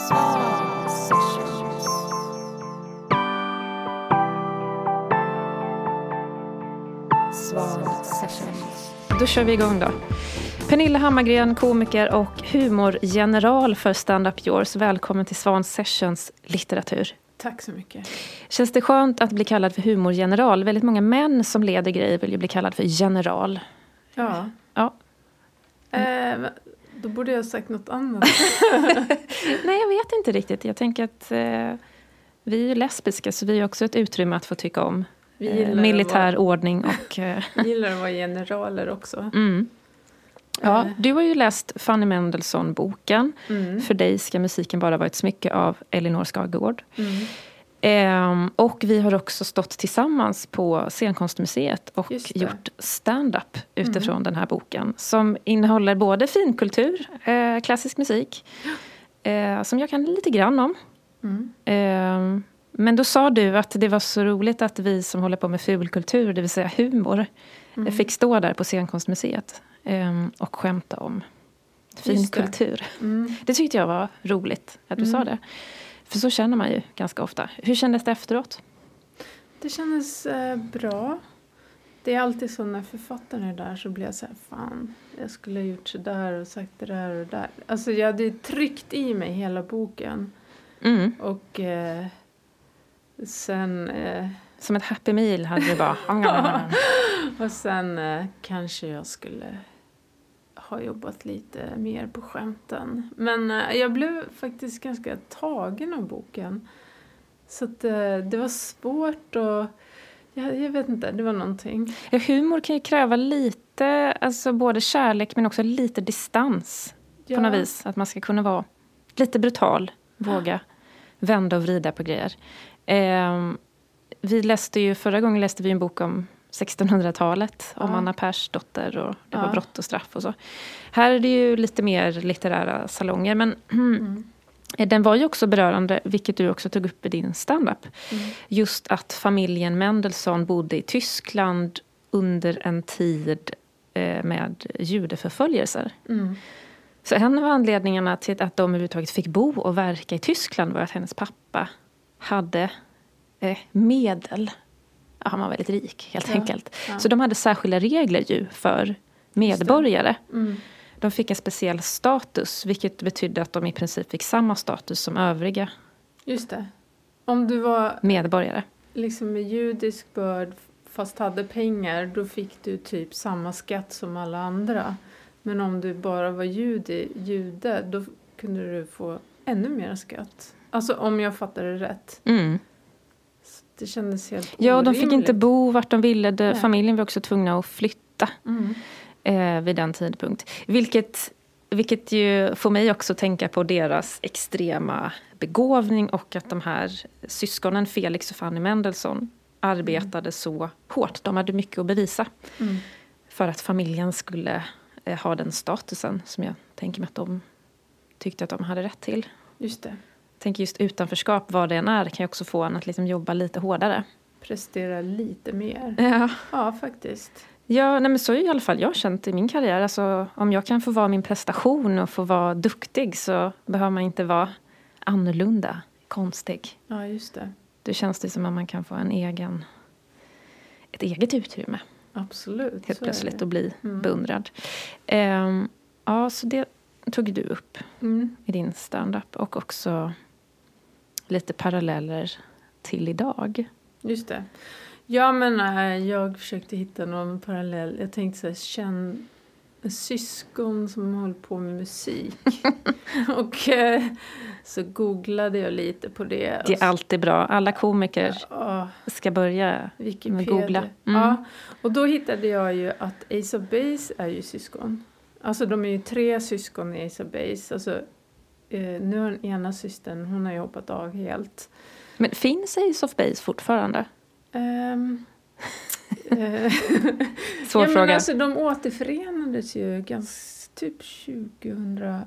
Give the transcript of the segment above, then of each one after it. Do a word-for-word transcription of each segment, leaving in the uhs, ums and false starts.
Swan Sessions. Swan Sessions. Då kör vi igång då. Pernilla Hammargren, komiker och humorgeneral för Stand Up Yours. Välkommen till Swan Sessions litteratur. Tack så mycket. Känns det skönt att bli kallad för humorgeneral? Väldigt många män som leder grejer vill ju bli kallad för general. Ja. Ja. Mm. Eh, då borde jag ha sagt något annat. Nej, jag vet inte riktigt. Jag tänker att eh, vi är ju lesbiska, så vi har också ett utrymme att få tycka om eh, militär vara... ordning. Och, eh... Vi gillar att vara generaler också. Mm. Ja, du har ju läst Fanny Mendelssohn-boken. Mm. För dig ska musiken bara vara ett smycke av Elinor Skagård. Mm. Ehm, och vi har också stått tillsammans på Scenkonstmuseet och gjort stand-up utifrån mm. den här boken. Som innehåller både finkultur, eh, klassisk musik, eh, som jag kan lite grann om. Mm. Eh, men då sa du att det var så roligt att vi som håller på med fulkultur, det vill säga humor, mm. fick stå där på Scenkonstmuseet eh, och skämta om finkultur. Det. Mm. det tyckte jag var roligt att du mm. sa det. För så känner man ju ganska ofta. Hur kändes det efteråt? Det kändes eh, bra. Det är alltid så när författaren är där så blir jag så här, fan, jag skulle ha gjort så där och sagt det där och det där. Alltså jag hade tryckt i mig hela boken. Mm. Och eh, sen... Eh, Som ett happy meal hade du bara... och sen eh, kanske jag skulle... har jobbat lite mer på skämten. Men eh, jag blev faktiskt ganska tagen av boken. Så att, eh, det var svårt och jag, jag vet inte, det var någonting. Ja, humor kan ju kräva lite, alltså både kärlek men också lite distans ja. På något vis. Att man ska kunna vara lite brutal, våga vända och vrida på grejer. Eh, vi läste ju, förra gången läste vi en bok om sextonhundratalet om ja. Anna Persdotter och det var ja. brott och straff och så. Här är det ju lite mer litterära salonger, men mm. den var ju också berörande, vilket du också tog upp i din stand-up. Mm. Just att familjen Mendelssohn bodde i Tyskland under en tid eh, med judeförföljelser. Mm. Så en av anledningarna till att de överhuvudtaget fick bo och verka i Tyskland var att hennes pappa hade eh, medel. Ja, han var väldigt rik, helt ja, enkelt. Ja. Så de hade särskilda regler ju för medborgare. Mm. De fick en speciell status, vilket betydde att de i princip fick samma status som övriga. Just det. Om du var medborgare. Liksom med judisk börd fast hade pengar, då fick du typ samma skatt som alla andra. Men om du bara var jude, jude då kunde du få ännu mer skatt. Alltså om jag fattar det rätt. Mm. Det kändes helt orimligt. Ja, de fick inte bo vart de ville. De, familjen var också tvungna att flytta mm. eh, vid den tidpunkt. Vilket, vilket ju får mig också tänka på deras extrema begåvning och att de här syskonen Felix och Fanny Mendelssohn arbetade mm. så hårt. De hade mycket att bevisa mm. för att familjen skulle eh, ha den statusen som jag tänker mig att de tyckte att de hade rätt till. Just det. Jag tänker just utanförskap, vad det än är, kan ju också få en att liksom jobba lite hårdare. Prestera lite mer. Ja, ja faktiskt. Ja, nej, men så är i alla fall jag känt i min karriär. Alltså, om jag kan få vara min prestation och få vara duktig så behöver man inte vara annorlunda, konstig. Ja, just det. Det känns det som att man kan få en egen, ett eget utrymme. Absolut. Helt plötsligt och bli mm. beundrad. Um, ja, så det tog du upp mm. i din stand-up och också lite paralleller till idag. Just det. Ja, men äh, jag försökte hitta någon parallell. Jag tänkte så här, känn syskon som håller på med musik. och äh, så googlade jag lite på det. Det är alltid bra. Alla komiker ja, ska börja med googla. Mm. Ja, och då hittade jag ju att Ace of Base är ju syskon. Alltså de är ju tre syskon i Ace of Base. Alltså, eh, nu har den ena systern, hon har ju hoppat av helt. Men finns Ace of Base fortfarande? Um, uh, Svår ja, fråga. Men alltså de återförenades ju ganska typ tjugohundra.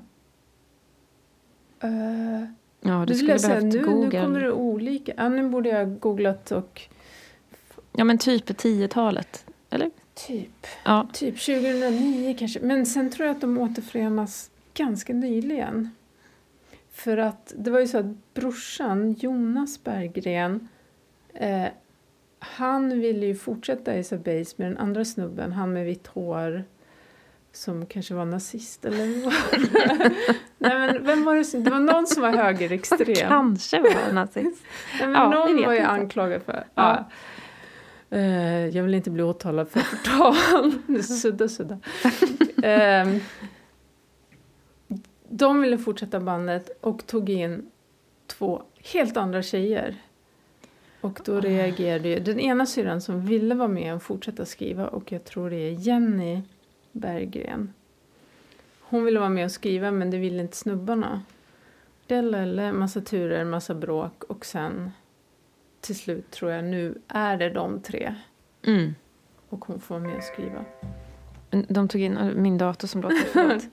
Uh, ja, du skulle behövt nu, googla. Nu kommer det olika. Ja, nu borde jag googlat och... Ja, men typ tiotalet, eller? Typ. Ja. Typ tjugohundranio kanske. Men sen tror jag att de återförenas ganska nyligen. För att det var ju så att brorsan Jonas Berggren, eh, han ville ju fortsätta Ace of Base med den andra snubben, han med vitt hår som kanske var nazist eller vad. Nej, men vem var det? Det var någon som var högerextrem. Kanske var nazist. Nej, men Ja, någon det vet var ju jag inte. anklagad för. Ja. Ja. Eh, jag vill inte bli åtalad för förtal. Sudda, sudda. Eh, de ville fortsätta bandet och tog in två helt andra tjejer. Och då reagerade ju den ena syrran som ville vara med och fortsätta skriva, och jag tror det är Jenny Berggren. Hon ville vara med och skriva, men det ville inte snubbarna. Det ledde massa turer, massa bråk, och sen till slut tror jag nu är det de tre. Mm. Och hon får vara med och skriva. De tog in min dator som låter, förlåt.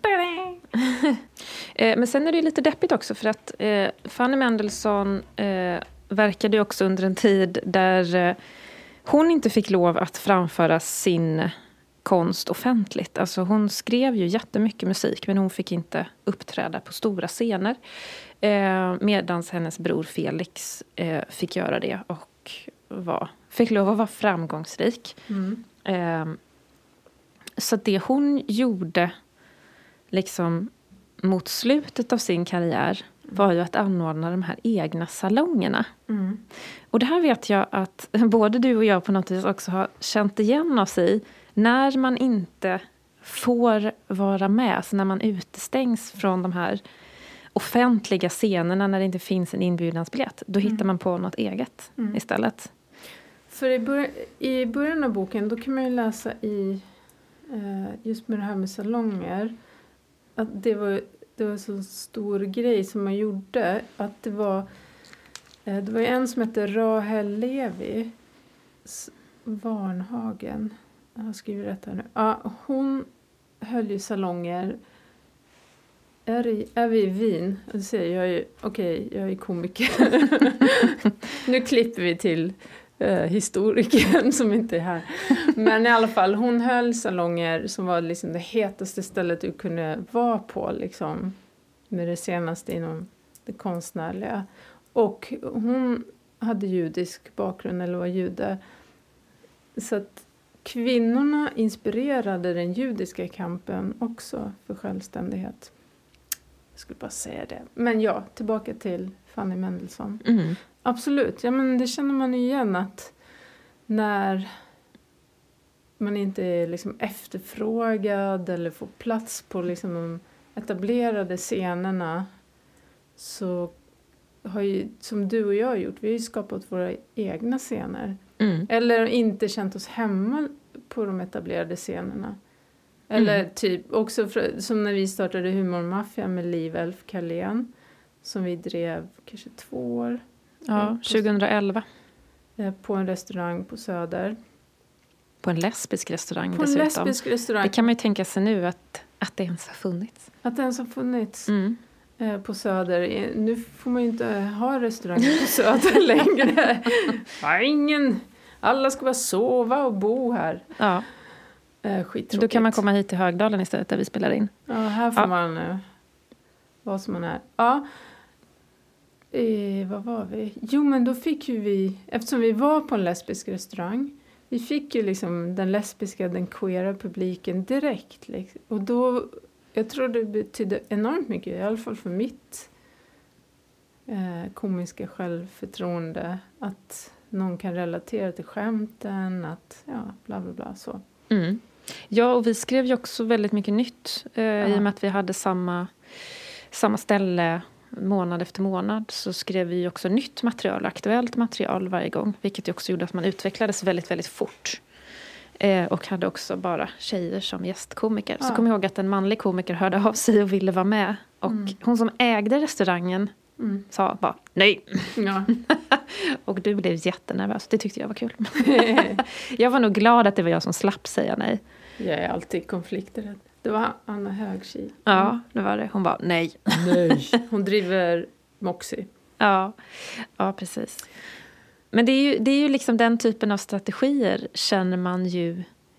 eh, men sen är det ju lite deppigt också, för att eh, Fanny Mendelssohn eh, verkade ju också under en tid där eh, hon inte fick lov att framföra sin konst offentligt. Alltså hon skrev ju jättemycket musik, men hon fick inte uppträda på stora scener. Eh, medan hennes bror Felix eh, fick göra det och var, fick lov att vara framgångsrik. Mm. Eh, så det hon gjorde liksom mot slutet av sin karriär var ju att anordna de här egna salongerna. Mm. Och det här vet jag att både du och jag på något vis också har känt igen oss i. När man inte får vara med, alltså när man utestängs från de här offentliga scenerna, när det inte finns en inbjudansbiljett, då Mm. hittar man på något eget Mm. istället. För i, bör- i början av boken då kan man ju läsa i eh, just med det här med salonger att det var, det var så stor grej som man gjorde, att det var eh, det var ju en som hette Rahel Levi S- Varnhagen. Jag har skrivit rätt här nu. Ja, hon höll ju salonger. Är, i, är vi i Wien? Jag säger jag är ju, okej, jag är komiker. Nu klipper vi till eh, historikern som inte är här. Men i alla fall, hon höll salonger som var liksom det hetaste stället du kunde vara på. Liksom, med det senaste inom det konstnärliga. Och hon hade judisk bakgrund, eller var jude. Så att kvinnorna inspirerade den judiska kampen också för självständighet. Jag skulle bara säga det. Men ja, tillbaka till Fanny Mendelssohn. Mm. Absolut, ja, men det känner man ju igen att när man inte är liksom efterfrågad eller får plats på liksom de etablerade scenerna, så har ju, som du och jag har gjort, vi har ju skapat våra egna scener. Mm. Eller inte känt oss hemma på de etablerade scenerna. Eller Mm. typ också för, som när vi startade Humormafia med Liv Elf Carlén, som vi drev kanske två år. Ja, tjugoelva. Eh, på en restaurang på Söder. På en lesbisk restaurang På en dessutom. lesbisk restaurang. Det kan man ju tänka sig nu att, att det ens har funnits. Att den som funnits Mm. eh, på Söder. Eh, Nu får man ju inte ha restauranger på Söder längre. Ja, ingen. Alla ska bara sova och bo här. Ja, Eh, skittråkigt. då kan man komma hit till Högdalen istället där vi spelar in. Ja, här får Ja. man eh, vara som man är. Ja. Eh, vad var vi? Jo, men då fick ju vi, eftersom vi var på en lesbisk restaurang, vi fick ju liksom den lesbiska, den queera publiken direkt. Liksom. Och då, jag tror det betydde enormt mycket, i alla fall för mitt eh, komiska självförtroende, att någon kan relatera till skämten, att ja, bla bla bla så. Mm. Ja, och vi skrev ju också väldigt mycket nytt. Eh, I och med att vi hade samma, samma ställe månad efter månad, så skrev vi också nytt material, aktuellt material varje gång. Vilket ju också gjorde att man utvecklades väldigt, väldigt fort. Eh, och hade också bara tjejer som gästkomiker. Ja. Så kom jag ihåg att en manlig komiker hörde av sig och ville vara med. Och Mm. hon som ägde restaurangen Mm. sa bara nej. Ja. Och du blev jättenervös. Det tyckte jag var kul. Jag var nog glad att det var jag som slapp säga nej. Jag är alltid konflikträdd. Det var Anna Högkil. Ja, det var det. Hon bara nej. Nej. Hon driver Moxie. Ja, ja precis. Men det är, ju, det är ju liksom den typen av strategier känner man ju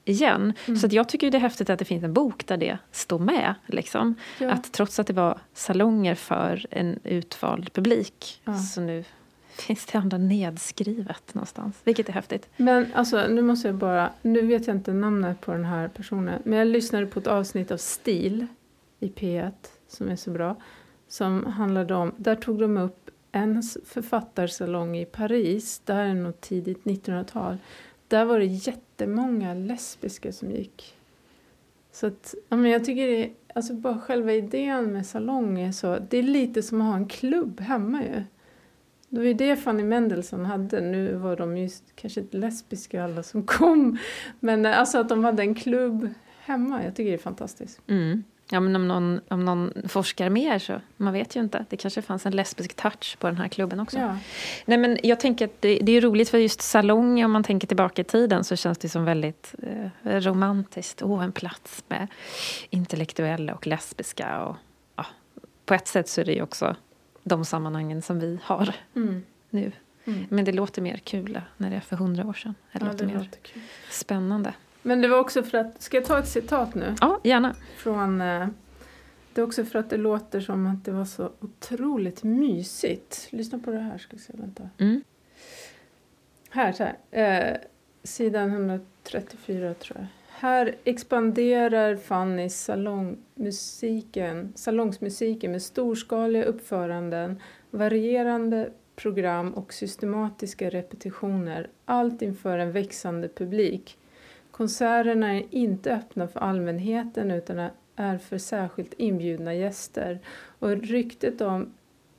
igen. Mm. Så att jag tycker det är häftigt att det finns en bok där det står med. Liksom. Ja. Att trots att det var salonger för en utvald publik, Ja. så nu finns det andra nedskrivet någonstans. Vilket är häftigt. Men alltså, nu måste jag bara, nu vet jag inte namnet på den här personen, men jag lyssnade på ett avsnitt av Stil i P ett som är så bra, som handlade om, där tog de upp en författarsalong i Paris, där är nog tidigt nittonhundratal. Där var det jättemånga lesbiska som gick. Så att, ja, men jag tycker det är, alltså bara själva idén med salonger så, det är lite som att ha en klubb hemma ju. Det var ju det Fanny Mendelssohn hade. Nu var de ju kanske inte lesbiska alla som kom. Men alltså att de hade en klubb hemma. Jag tycker det är fantastiskt. Mm. Ja, men om någon, om någon forskar mer så, man vet ju inte. Det kanske fanns en lesbisk touch på den här klubben också. Ja. Nej, men jag tänker att det, det är roligt för just salong, om man tänker tillbaka i tiden så känns det som väldigt eh, romantiskt. Åh, en plats med intellektuella och lesbiska. Och, ja, på ett sätt så är det ju också de sammanhangen som vi har Mm. nu. Mm. Men det låter mer kul när det är för hundra år sedan. Det Ja, låter det mer låter kul. spännande. Men det var också för att, ska jag ta ett citat nu? Ja, gärna. Från, eh, det är också för att det låter som att det var så otroligt mysigt. Lyssna på det här, ska vi se, vänta. Mm. Här, så här. Eh, sidan etthundratrettiofyra tror jag. Här expanderar Fanny salongmusiken, salongsmusiken med storskaliga uppföranden, varierande program och systematiska repetitioner. Allt inför en växande publik. Konserterna är inte öppna för allmänheten utan är för särskilt inbjudna gäster. Och ryktet om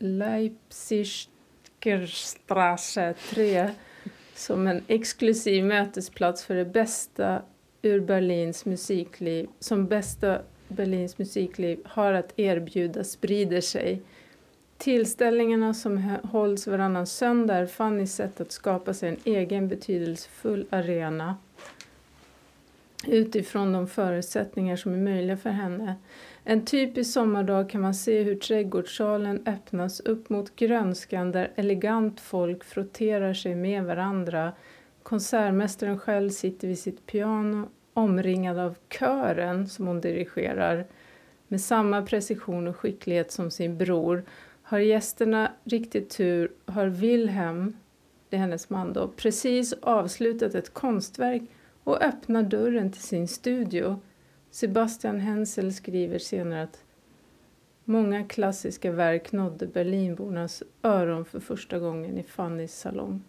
Leipzigstrasse tre som en exklusiv mötesplats för det bästa ur Berlins musikliv, som bästa Berlins musikliv har att erbjuda sprider sig. Tillställningarna som hålls varannan söndag är Fannys sätt att skapa sig en egen betydelsefull arena utifrån de förutsättningar som är möjliga för henne. En typisk sommardag kan man se hur trädgårdssalen öppnas upp mot grönskan där elegant folk frotterar sig med varandra. Konsertmästaren själv sitter vid sitt piano omringad av kören som hon dirigerar med samma precision och skicklighet som sin bror. Har gästerna riktigt tur har Wilhelm, det är hennes man då, precis avslutat ett konstverk och öppnar dörren till sin studio. Sebastian Hensel skriver senare att många klassiska verk nådde Berlinbornas öron för första gången i Fannys salong.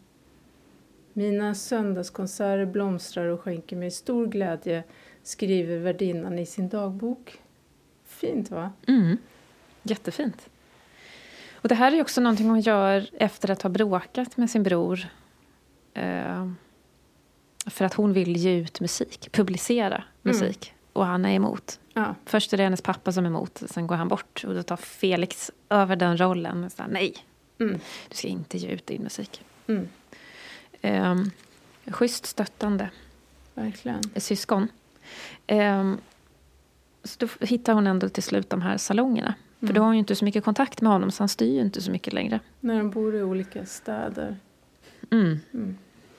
Mina söndagskonserter blomstrar och skänker mig stor glädje, skriver värdinnan i sin dagbok. Fint, va? Mm. Jättefint. Och det här är också någonting hon gör efter att ha bråkat med sin bror. Eh, för att hon vill ge ut musik, publicera musik. Mm. Och han är emot. Ja. Först är det hennes pappa som är emot, sen går han bort. Och då tar Felix över den rollen. Och säger, nej, Mm. du ska inte ge ut din musik. Mm. Eh, schysst stöttande. Verkligen. Syskon. Eh, så då hittar hon ändå till slut de här salongerna. För Mm. då har hon ju inte så mycket kontakt med honom, så han styr ju inte så mycket längre. När de bor i olika städer. Mm. Mm.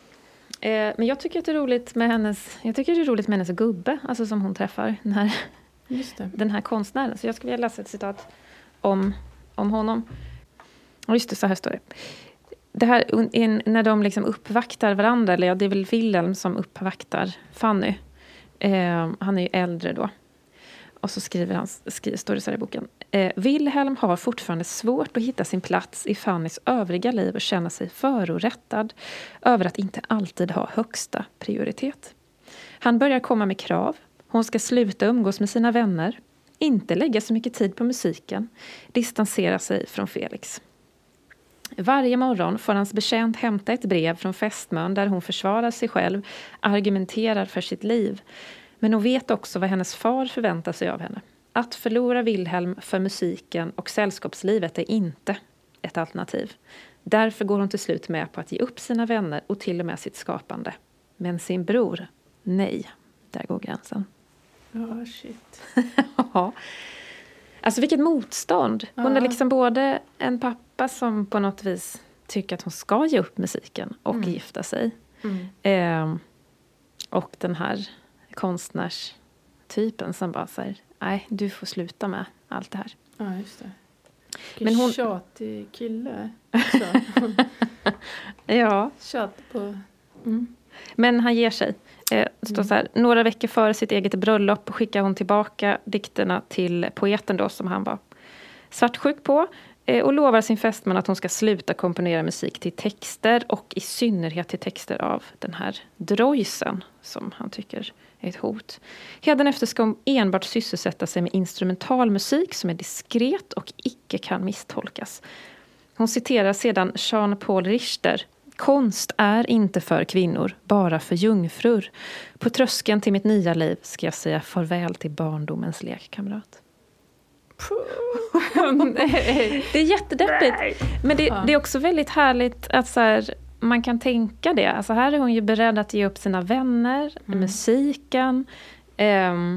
Eh, men jag tycker att det är roligt med hennes, jag tycker det är roligt med hennes gubbe, alltså som hon träffar, den här, Just det. den här konstnären. Så jag skulle vilja läsa ett citat om, om honom. Och just det, så här står det. Det här, in, när de liksom uppvaktar varandra, eller ja, det är väl Wilhelm som uppvaktar Fanny. Eh, han är ju äldre då. Och så skriver han, skriver, står det så här i boken. Eh, Wilhelm har fortfarande svårt att hitta sin plats i Fannys övriga liv och känna sig förorättad över att inte alltid ha högsta prioritet. Han börjar komma med krav. Hon ska sluta umgås med sina vänner. Inte lägga så mycket tid på musiken. Distansera sig från Felix. Varje morgon får hans betjänt hämta ett brev från fästmön där hon försvarar sig själv, argumenterar för sitt liv. Men hon vet också vad hennes far förväntar sig av henne. Att förlora Wilhelm för musiken och sällskapslivet är inte ett alternativ. Därför går hon till slut med på att ge upp sina vänner och till och med sitt skapande. Men sin bror, nej, där går gränsen. Ja, oh, shit. Ja. Alltså vilket motstånd. Hon Ja. är liksom både en pappa som på något vis tycker att hon ska ge upp musiken och Mm. gifta sig. Mm. Eh, och den här konstnärstypen som bara säger, nej, du får sluta med allt det här. Ja, just det. Men Men hon- hon... tjatig kille. Så. Ja, Tjat på... Mm. men han ger sig. Eh, det står så här, några veckor före sitt eget bröllop skickar hon tillbaka dikterna till poeten då, som han var svartsjuk på. Eh, och lovar sin fästman att hon ska sluta komponera musik till texter. Och i synnerhet till texter av den här Droysen, som han tycker är ett hot. Hädanefter ska hon enbart sysselsätta sig med instrumental musik som är diskret och icke kan misstolkas. Hon citerar sedan Jean-Paul Richter. Konst är inte för kvinnor, bara för jungfrur. På tröskeln till mitt nya liv ska jag säga farväl till barndomens lekkamrat. Nej. Det är jättedeppigt. Men det, det är också väldigt härligt att så här, man kan tänka det. Alltså här är hon ju beredd att ge upp sina vänner, Mm. musiken. Ehm,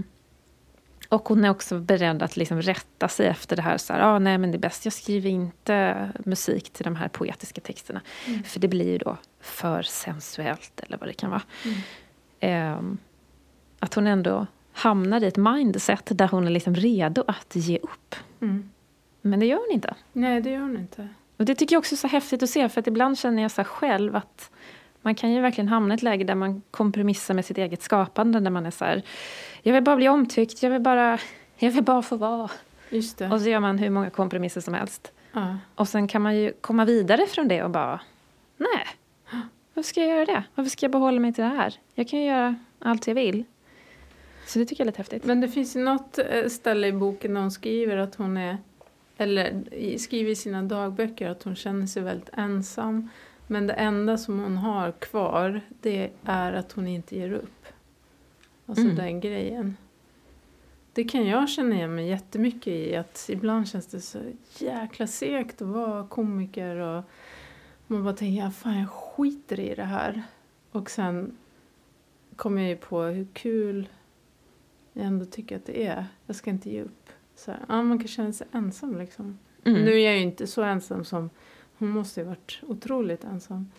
och hon är också beredd att liksom rätta sig efter det här. Så här, ah, nej men det är bäst, jag skriver inte musik till de här poetiska texterna. Mm. För det blir ju då för sensuellt eller vad det kan vara. Mm. Ehm, att hon ändå hamnar i ett mindset där hon är liksom redo att ge upp. Mm. Men det gör hon inte. Nej, det gör hon inte. Och det tycker jag också är så häftigt att se. För att ibland känner jag så här själv att man kan ju verkligen hamna i ett läge där man kompromissar med sitt eget skapande. Där man är så här, jag vill bara bli omtyckt. Jag vill bara, jag vill bara få vara. Just det. Och så gör man hur många kompromisser som helst. Ja. Och sen kan man ju komma vidare från det och bara, nej. Varför ska jag göra det? Varför ska jag behålla mig till det här? Jag kan ju göra allt jag vill. Så det tycker jag är lite häftigt. Men det finns ju något eh, ställe i boken där hon skriver att hon är, eller i- skriver i sina dagböcker att hon känner sig väldigt ensam. Men det enda som hon har kvar, det är att hon inte ger upp. Alltså Mm. den grejen. Det kan jag känna igen mig jättemycket i. Att ibland känns det så jäkla segt att vara komiker. Och man bara tänker, ja, fan jag skiter i det här. Och sen kommer jag ju på hur kul jag ändå tycker att det är. Jag ska inte ge upp. Så här, ja, man kan känna sig ensam liksom. Mm. Nu är jag ju inte så ensam som... Hon måste ju varit otroligt ensam.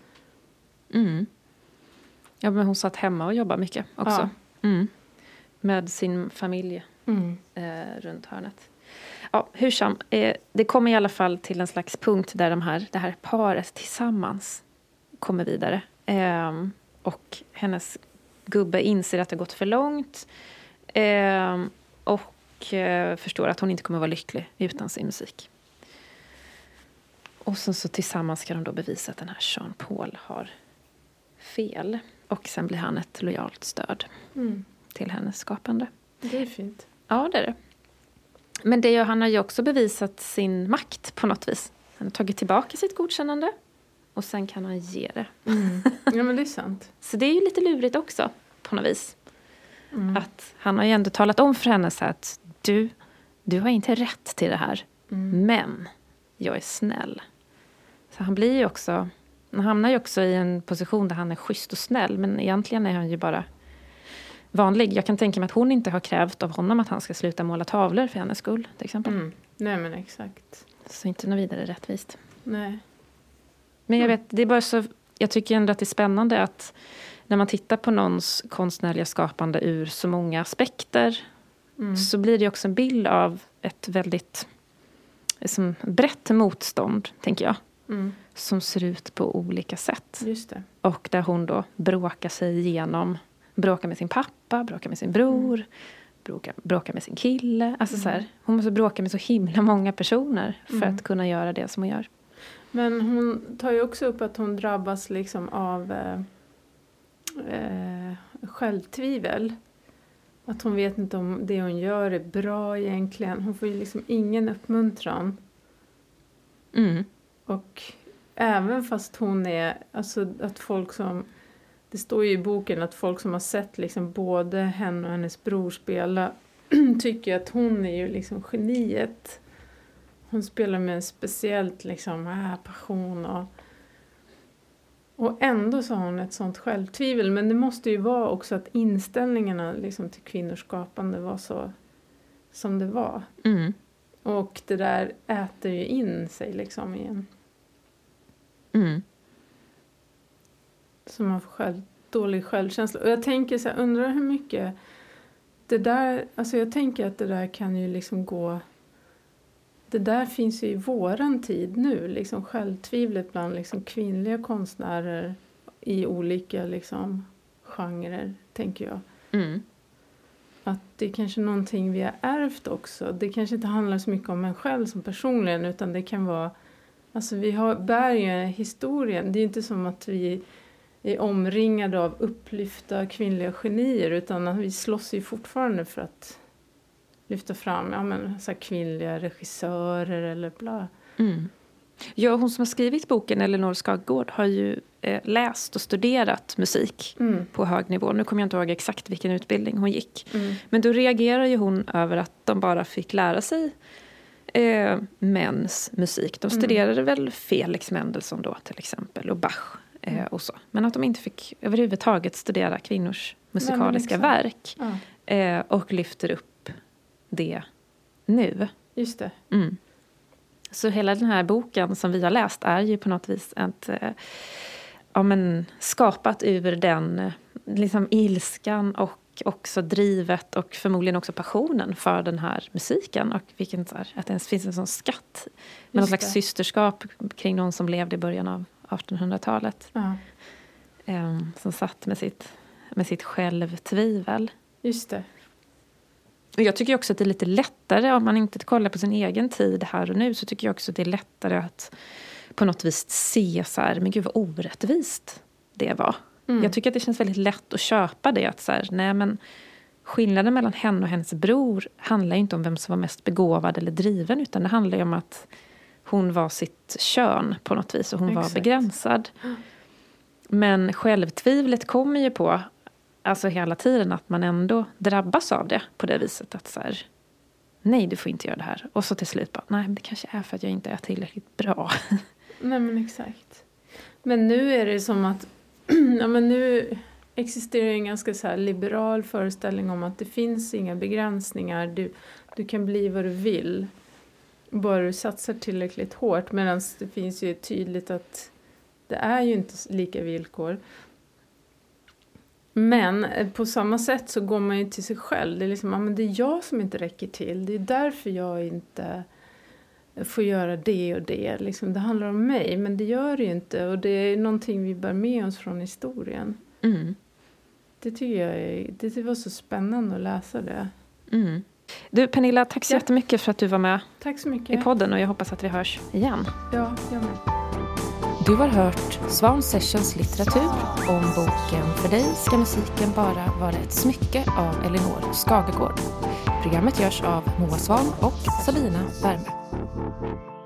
Mm. Ja, men hon satt hemma och jobbade mycket också. Mm. Med sin familj Mm. eh, runt hörnet. Ja, hur som, eh, det kommer i alla fall till en slags punkt där de här, det här paret tillsammans kommer vidare. Eh, och hennes gubbe inser att det har gått för långt. Eh, och eh, förstår att hon inte kommer vara lycklig utan sin musik. Och sen så tillsammans ska de då bevisa att den här Jean-Paul har fel. Och sen blir han ett lojalt stöd Mm. till hennes skapande. Det är fint. Ja, det är det. Men det, han har ju också bevisat sin makt på något vis. Han har tagit tillbaka sitt godkännande. Och sen kan han ge det. Mm. Ja, men det är sant. Så det är ju lite lurigt också på något vis. Mm. Att han har ju ändå talat om för henne så att du, du har inte rätt till det här. Mm. Men jag är snäll. Så han blir ju också, han hamnar ju också i en position där han är schysst och snäll. Men egentligen är han ju bara vanlig. Jag kan tänka mig att hon inte har krävt av honom att han ska sluta måla tavlor för hennes skull, till exempel. Mm. Nej, men exakt. Så inte något vidare rättvist. Nej. Men jag Mm. vet, det är bara så, jag tycker ändå att det är spännande att när man tittar på någons konstnärliga skapande ur så många aspekter Mm. så blir det också en bild av ett väldigt som brett motstånd, tänker jag, Mm. som ser ut på olika sätt. Just det. Och där hon då bråkar sig igenom, bråkar med sin pappa, bråkar med sin bror, bråkar, bråkar med sin kille. Alltså Mm. så här, hon måste bråka med så himla många personer för Mm. att kunna göra det som hon gör. Men hon tar ju också upp att hon drabbas liksom av eh, eh, självtvivel. Att hon vet inte om det hon gör är bra egentligen. Hon får ju liksom ingen uppmuntran. Mm. Och även fast hon är, alltså att folk som, det står ju i boken att folk som har sett liksom både henne och hennes bror spela tycker att hon är ju liksom geniet. Hon spelar med en speciellt liksom äh, passion och och ändå så har hon ett sånt självtvivel. Men det måste ju vara också att inställningarna liksom till kvinnors skapande var så som det var. Mm. Och det där äter ju in sig liksom igen. Mm. Så man får själv dålig självkänsla. Och jag tänker så här, undrar hur mycket det där, alltså jag tänker att det där kan ju liksom gå, det där finns ju i våran tid nu, liksom självtvivlet bland liksom kvinnliga konstnärer i olika liksom genrer, tänker jag. Mm. Att det är kanske någonting vi har ärvt också. Det kanske inte handlar så mycket om en själv som personligen, utan det kan vara, alltså vi har, bär ju historien. Det är inte som att vi är omringade av upplyfta kvinnliga genier, utan att vi slåss ju fortfarande för att lyfta fram ja, men, så här kvinnliga regissörer eller bla. Mm. Ja, hon som har skrivit boken, Elinor Skaggård, har ju eh, läst och studerat musik Mm. på hög nivå. Nu kommer jag inte ihåg exakt vilken utbildning hon gick. Mm. Men då reagerar ju hon över att de bara fick lära sig eh, mäns musik. De studerade mm. väl Felix Mendelssohn då till exempel och Bach eh, och så. Men att de inte fick överhuvudtaget studera kvinnors musikaliska Nej, verk. Ja. Eh, och lyfter upp det nu. Just det. Mm. Så hela den här boken som vi har läst är ju på något vis ett, eh, ja, men, skapat ur den eh, liksom ilskan och också drivet och förmodligen också passionen för den här musiken. Och vilken, så här, att det ens finns en sån skatt med någon slags det. systerskap kring någon som levde i början av artonhundratalet. Ja. Eh, som satt med sitt, med sitt självtvivel. Just det. Och jag tycker också att det är lite lättare, om man inte kollar på sin egen tid här och nu, så tycker jag också att det är lättare att på något vis se så här, men gud vad orättvist det var. Mm. Jag tycker att det känns väldigt lätt att köpa det, att så här, nej men skillnaden mellan henne och hennes bror handlar inte om vem som var mest begåvad eller driven, utan det handlar ju om att hon var sitt kön på något vis och hon Exakt. var begränsad. Men självtvivlet kommer ju på, alltså hela tiden, att man ändå drabbas av det på det viset att så här, nej du får inte göra det här. Och så till slut bara, nej det kanske är för att jag inte är tillräckligt bra. Nej men exakt. Men nu är det som att, ja men nu existerar en ganska så här liberal föreställning om att det finns inga begränsningar. Du, du kan bli vad du vill. Bara du satsar tillräckligt hårt. Medan det finns ju tydligt att det är ju inte lika villkor. Men på samma sätt så går man ju till sig själv. Det är liksom, ja, men det är jag som inte räcker till. Det är därför jag inte får göra det och det. Liksom, det handlar om mig, men det gör det ju inte. Och det är någonting vi bär med oss från historien. Mm. Det tycker jag är, det var så spännande att läsa det. Mm. Du Pernilla, tack så ja. jättemycket för att du var med tack så mycket. i podden, och jag hoppas att vi hörs igen. Ja, jag med. Du har hört Svan Sessions litteratur om boken För dig ska musiken bara vara ett smycke av Elinor Skaggård. Programmet görs av Moa Svan och Sabina Värme.